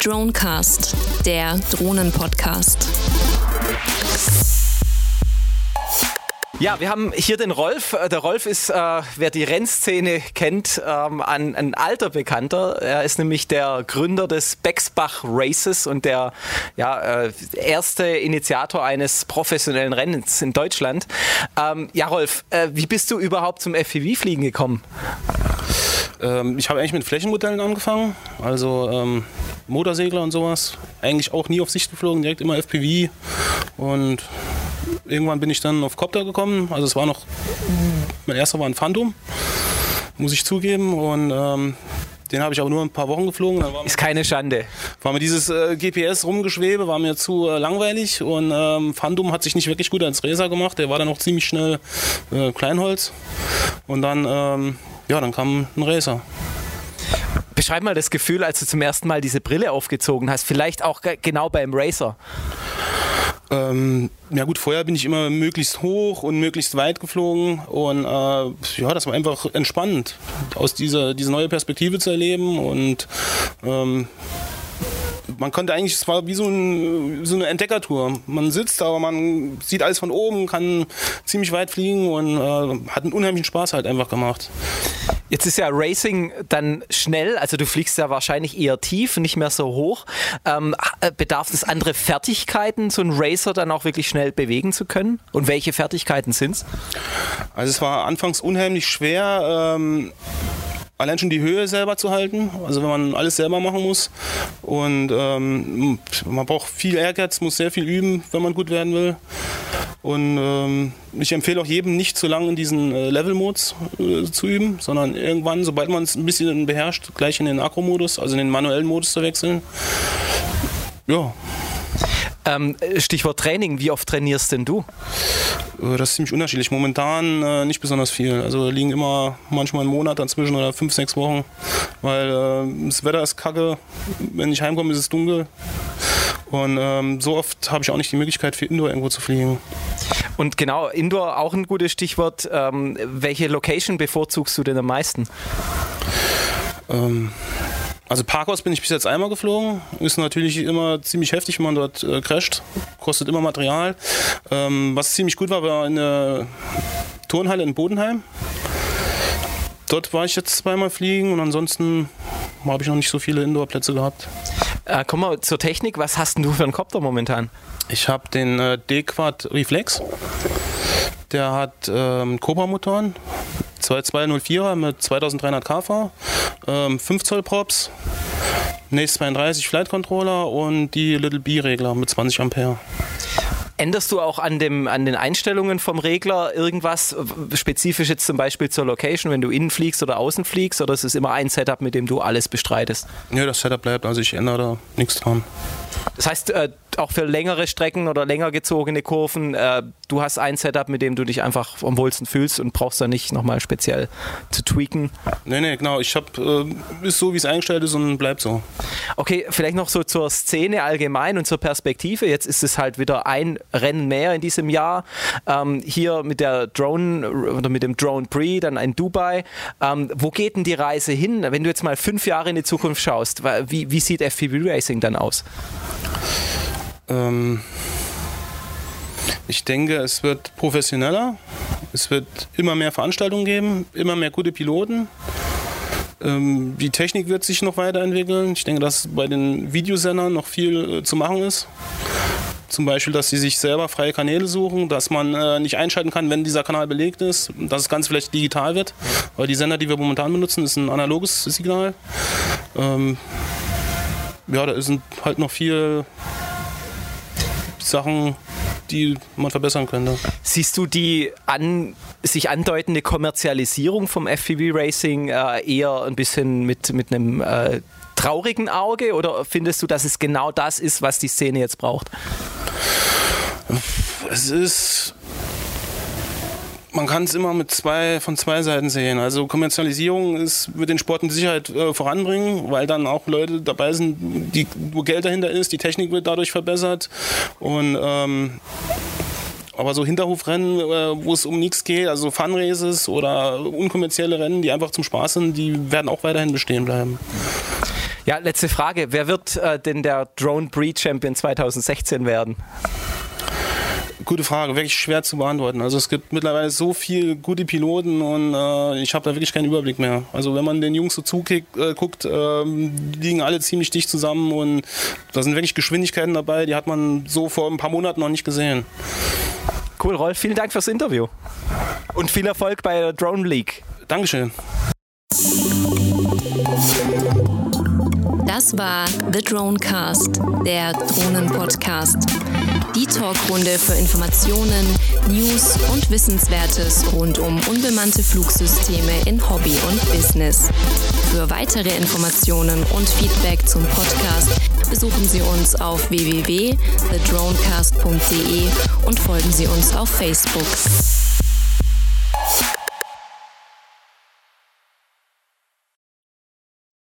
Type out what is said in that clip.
Dronecast, der Drohnen-Podcast. Ja, wir haben hier den Rolf. Der Rolf ist, wer die Rennszene kennt, ein alter Bekannter. Er ist nämlich der Gründer des Bexbach Races und der erste Initiator eines professionellen Rennens in Deutschland. Rolf, wie bist du überhaupt zum FPV-Fliegen gekommen? Ich habe eigentlich mit Flächenmodellen angefangen, also Motorsegler und sowas. Eigentlich auch nie auf Sicht geflogen, direkt immer FPV. Und irgendwann bin ich dann auf Copter gekommen. Also es war noch, mein erster war ein Phantom, muss ich zugeben. Und den habe ich aber nur ein paar Wochen geflogen. Dann ist keine Schande. War mir dieses GPS rumgeschwebe, war mir zu langweilig. Und Phantom hat sich nicht wirklich gut als Racer gemacht. Der war dann auch ziemlich schnell Kleinholz. Und dann kam ein Racer. Beschreib mal das Gefühl, als du zum ersten Mal diese Brille aufgezogen hast. Vielleicht auch genau beim Racer. Vorher bin ich immer möglichst hoch und möglichst weit geflogen. Und das war einfach entspannend, aus diese neue Perspektive zu erleben. Und man konnte eigentlich, es war wie so eine Entdeckertour. Man sitzt, aber man sieht alles von oben, kann ziemlich weit fliegen und hat einen unheimlichen Spaß halt einfach gemacht. Jetzt ist ja Racing dann schnell, also du fliegst ja wahrscheinlich eher tief, nicht mehr so hoch. Bedarf es andere Fertigkeiten, so einen Racer dann auch wirklich schnell bewegen zu können? Und welche Fertigkeiten sind es? Also es war anfangs unheimlich schwer, allein schon die Höhe selber zu halten, also wenn man alles selber machen muss. Und man braucht viel Ehrgeiz, muss sehr viel üben, wenn man gut werden will. Und ich empfehle auch jedem, nicht zu lange in diesen Level-Modes zu üben, sondern irgendwann, sobald man es ein bisschen beherrscht, gleich in den Akro-Modus, also in den manuellen Modus zu wechseln. Ja. Stichwort Training, wie oft trainierst denn du? Das ist ziemlich unterschiedlich. Momentan nicht besonders viel. Also liegen immer manchmal einen Monat dazwischen oder 5, 6 Wochen, weil das Wetter ist kacke. Wenn ich heimkomme, ist es dunkel. Und so oft habe ich auch nicht die Möglichkeit, für Indoor irgendwo zu fliegen. Und genau, Indoor auch ein gutes Stichwort. Welche Location bevorzugst du denn am meisten? Also Parkhaus bin ich bis jetzt einmal geflogen. Ist natürlich immer ziemlich heftig, wenn man dort crasht. Kostet immer Material. Was ziemlich gut war in der Turnhalle in Bodenheim. Dort war ich jetzt zweimal fliegen und ansonsten habe ich noch nicht so viele Indoor-Plätze gehabt. Kommen wir zur Technik. Was hast denn du für einen Copter momentan? Ich habe den D-Quad Reflex. Der hat Cobra-Motoren. 204er mit 2300 kV, 5 Zoll Props, Nace 32 Flight Controller und die Little B-Regler mit 20 Ampere. Änderst du auch an den Einstellungen vom Regler irgendwas spezifisch jetzt zum Beispiel zur Location, wenn du innen fliegst oder außen fliegst, oder ist es immer ein Setup, mit dem du alles bestreitest? Ja, das Setup bleibt, also ich ändere da nichts dran. Das heißt, auch für längere Strecken oder länger gezogene Kurven, du hast ein Setup, mit dem du dich einfach am wohlsten fühlst und brauchst da nicht nochmal speziell zu tweaken? Nee, genau. Ich habe, ist so, wie es eingestellt ist und bleibt so. Okay, vielleicht noch so zur Szene allgemein und zur Perspektive. Jetzt ist es halt wieder ein Rennen mehr in diesem Jahr. Hier mit der Drone oder mit dem Drone Prix, dann in Dubai. Wo geht denn die Reise hin? Wenn du jetzt mal 5 Jahre in die Zukunft schaust, wie sieht FPV Racing dann aus? Ich denke, es wird professioneller, es wird immer mehr Veranstaltungen geben, immer mehr gute Piloten. Die Technik wird sich noch weiterentwickeln. Ich denke, dass bei den Videosendern noch viel zu machen ist. Zum Beispiel, dass sie sich selber freie Kanäle suchen, dass man nicht einschalten kann, wenn dieser Kanal belegt ist, dass das Ganze vielleicht digital wird. Weil die Sender, die wir momentan benutzen, ist ein analoges Signal. Da sind halt noch viele Sachen, die man verbessern könnte. Siehst du die sich andeutende Kommerzialisierung vom FPV-Racing eher ein bisschen mit einem traurigen Auge, oder findest du, dass es genau das ist, was die Szene jetzt braucht? Man kann es immer von zwei Seiten sehen. Also Kommerzialisierung wird den Sport mit Sicherheit voranbringen, weil dann auch Leute dabei sind, wo Geld dahinter ist, die Technik wird dadurch verbessert. Und aber so Hinterhofrennen, wo es um nichts geht, also Funraces oder unkommerzielle Rennen, die einfach zum Spaß sind, die werden auch weiterhin bestehen bleiben. Ja, letzte Frage. Wer wird denn der Drone Breed Champion 2016 werden? Gute Frage, wirklich schwer zu beantworten. Also es gibt mittlerweile so viele gute Piloten und ich habe da wirklich keinen Überblick mehr. Also wenn man den Jungs so zuguckt, liegen alle ziemlich dicht zusammen und da sind wirklich Geschwindigkeiten dabei, die hat man so vor ein paar Monaten noch nicht gesehen. Cool, Rolf, vielen Dank fürs Interview und viel Erfolg bei der Drone League. Dankeschön. Das war The Dronecast, der Drohnen-Podcast. Die Talkrunde für Informationen, News und Wissenswertes rund um unbemannte Flugsysteme in Hobby und Business. Für weitere Informationen und Feedback zum Podcast besuchen Sie uns auf www.thedronecast.de und folgen Sie uns auf Facebook.